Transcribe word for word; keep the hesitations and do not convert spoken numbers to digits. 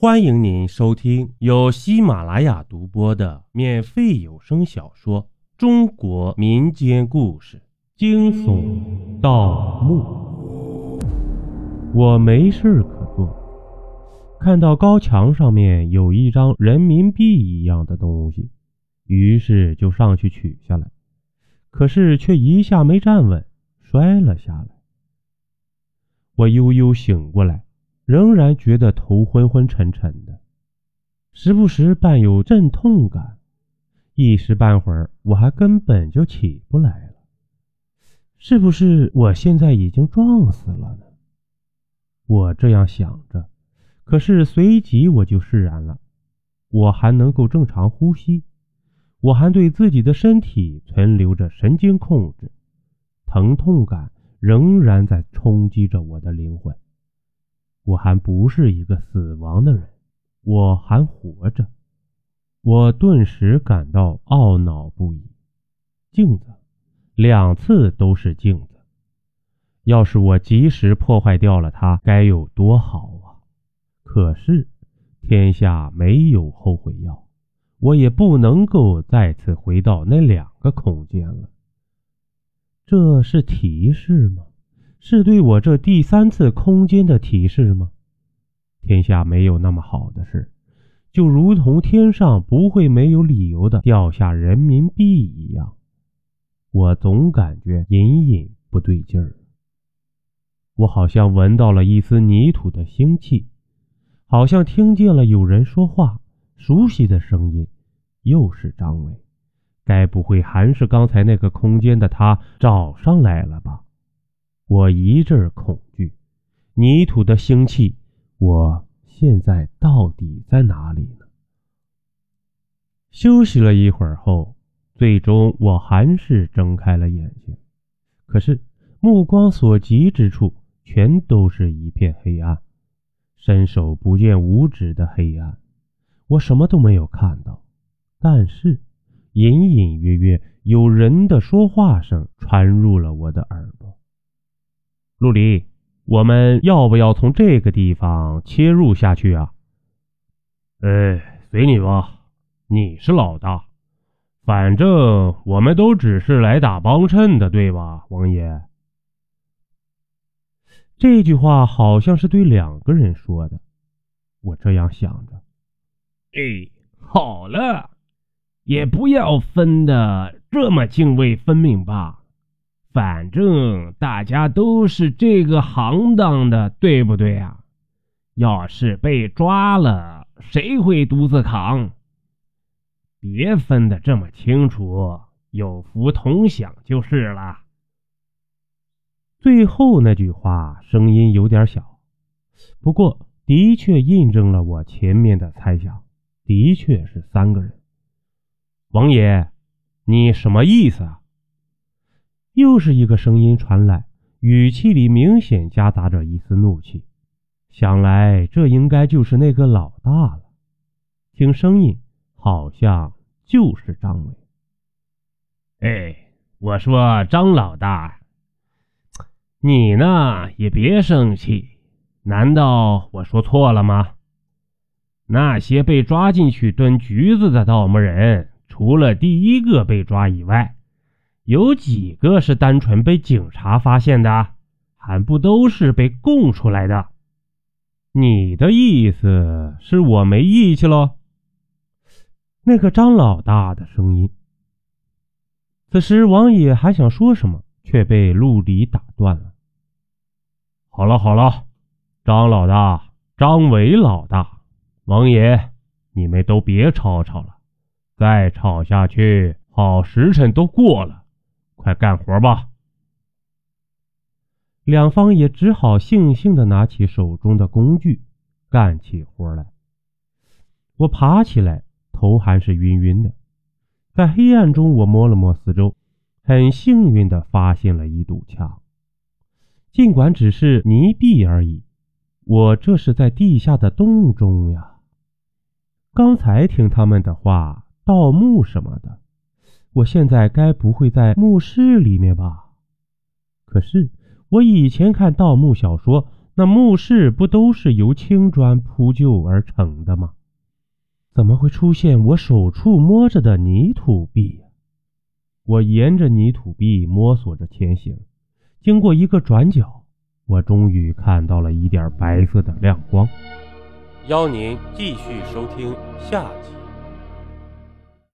欢迎您收听由喜马拉雅独播的免费有声小说《中国民间故事惊悚盗墓》。我没事可做，看到高墙上面有一张人民币一样的东西，于是就上去取下来，可是却一下没站稳，摔了下来。我悠悠醒过来，仍然觉得头昏昏沉沉的，时不时伴有阵痛感，一时半会儿我还根本就起不来了。是不是我现在已经撞死了呢？我这样想着，可是随即我就释然了，我还能够正常呼吸，我还对自己的身体存留着神经控制，疼痛感仍然在冲击着我的灵魂。我还不是一个死亡的人，我还活着。我顿时感到懊恼不已。镜子，两次都是镜子，要是我及时破坏掉了它，该有多好啊！可是天下没有后悔药，我也不能够再次回到那两个空间了。这是提示吗？是对我这第三次空间的提示吗？天下没有那么好的事，就如同天上不会没有理由的掉下人民币一样。我总感觉隐隐不对劲儿，我好像闻到了一丝泥土的腥气，好像听见了有人说话，熟悉的声音，又是张伟，该不会还是刚才那个空间的他找上来了吧？我一阵恐惧，泥土的腥气，我现在到底在哪里呢？休息了一会儿后，最终我还是睁开了眼睛，可是目光所及之处全都是一片黑暗，伸手不见五指的黑暗，我什么都没有看到，但是隐隐约约有人的说话声传入了我的耳朵。陆离，我们要不要从这个地方切入下去啊？哎，随你吧，你是老大，反正我们都只是来打帮衬的，对吧，王爷？这句话好像是对两个人说的，我这样想着。 哎，好了，也不要分得这么泾渭分明吧。反正大家都是这个行当的，对不对啊？要是被抓了，谁会独自扛？别分得这么清楚，有福同享就是了。 最后那句话声音有点小，不过的确印证了我前面的猜想，的确是三个人。王爷，你什么意思啊？又是一个声音传来，语气里明显夹杂着一丝怒气。想来这应该就是那个老大了，听声音好像就是张伟。 哎，我说张老大，你呢也别生气，难道我说错了吗？那些被抓进去蹲局子的盗墓人，除了第一个被抓以外，有几个是单纯被警察发现的，还不都是被供出来的？你的意思是我没义气咯？ 那个张老大的声音。此时王爷还想说什么，却被陆离打断了。 好了好了，张老大，张伟老大，王爷，你们都别吵吵了，再吵下去，好时辰都过了，快干活吧。 两方也只好悻悻地拿起手中的工具，干起活来。我爬起来，头还是晕晕的。在黑暗中，我摸了摸四周，很幸运地发现了一堵墙。尽管只是泥壁而已，我这是在地下的洞中呀。刚才听他们的话，盗墓什么的，我现在该不会在墓室里面吧？可是我以前看盗墓小说那墓室不都是由青砖铺就而成的吗？怎么会出现我手处摸着的泥土壁呀？我沿着泥土壁摸索着前行，经过一个转角，我终于看到了一点白色的亮光。邀您继续收听下集。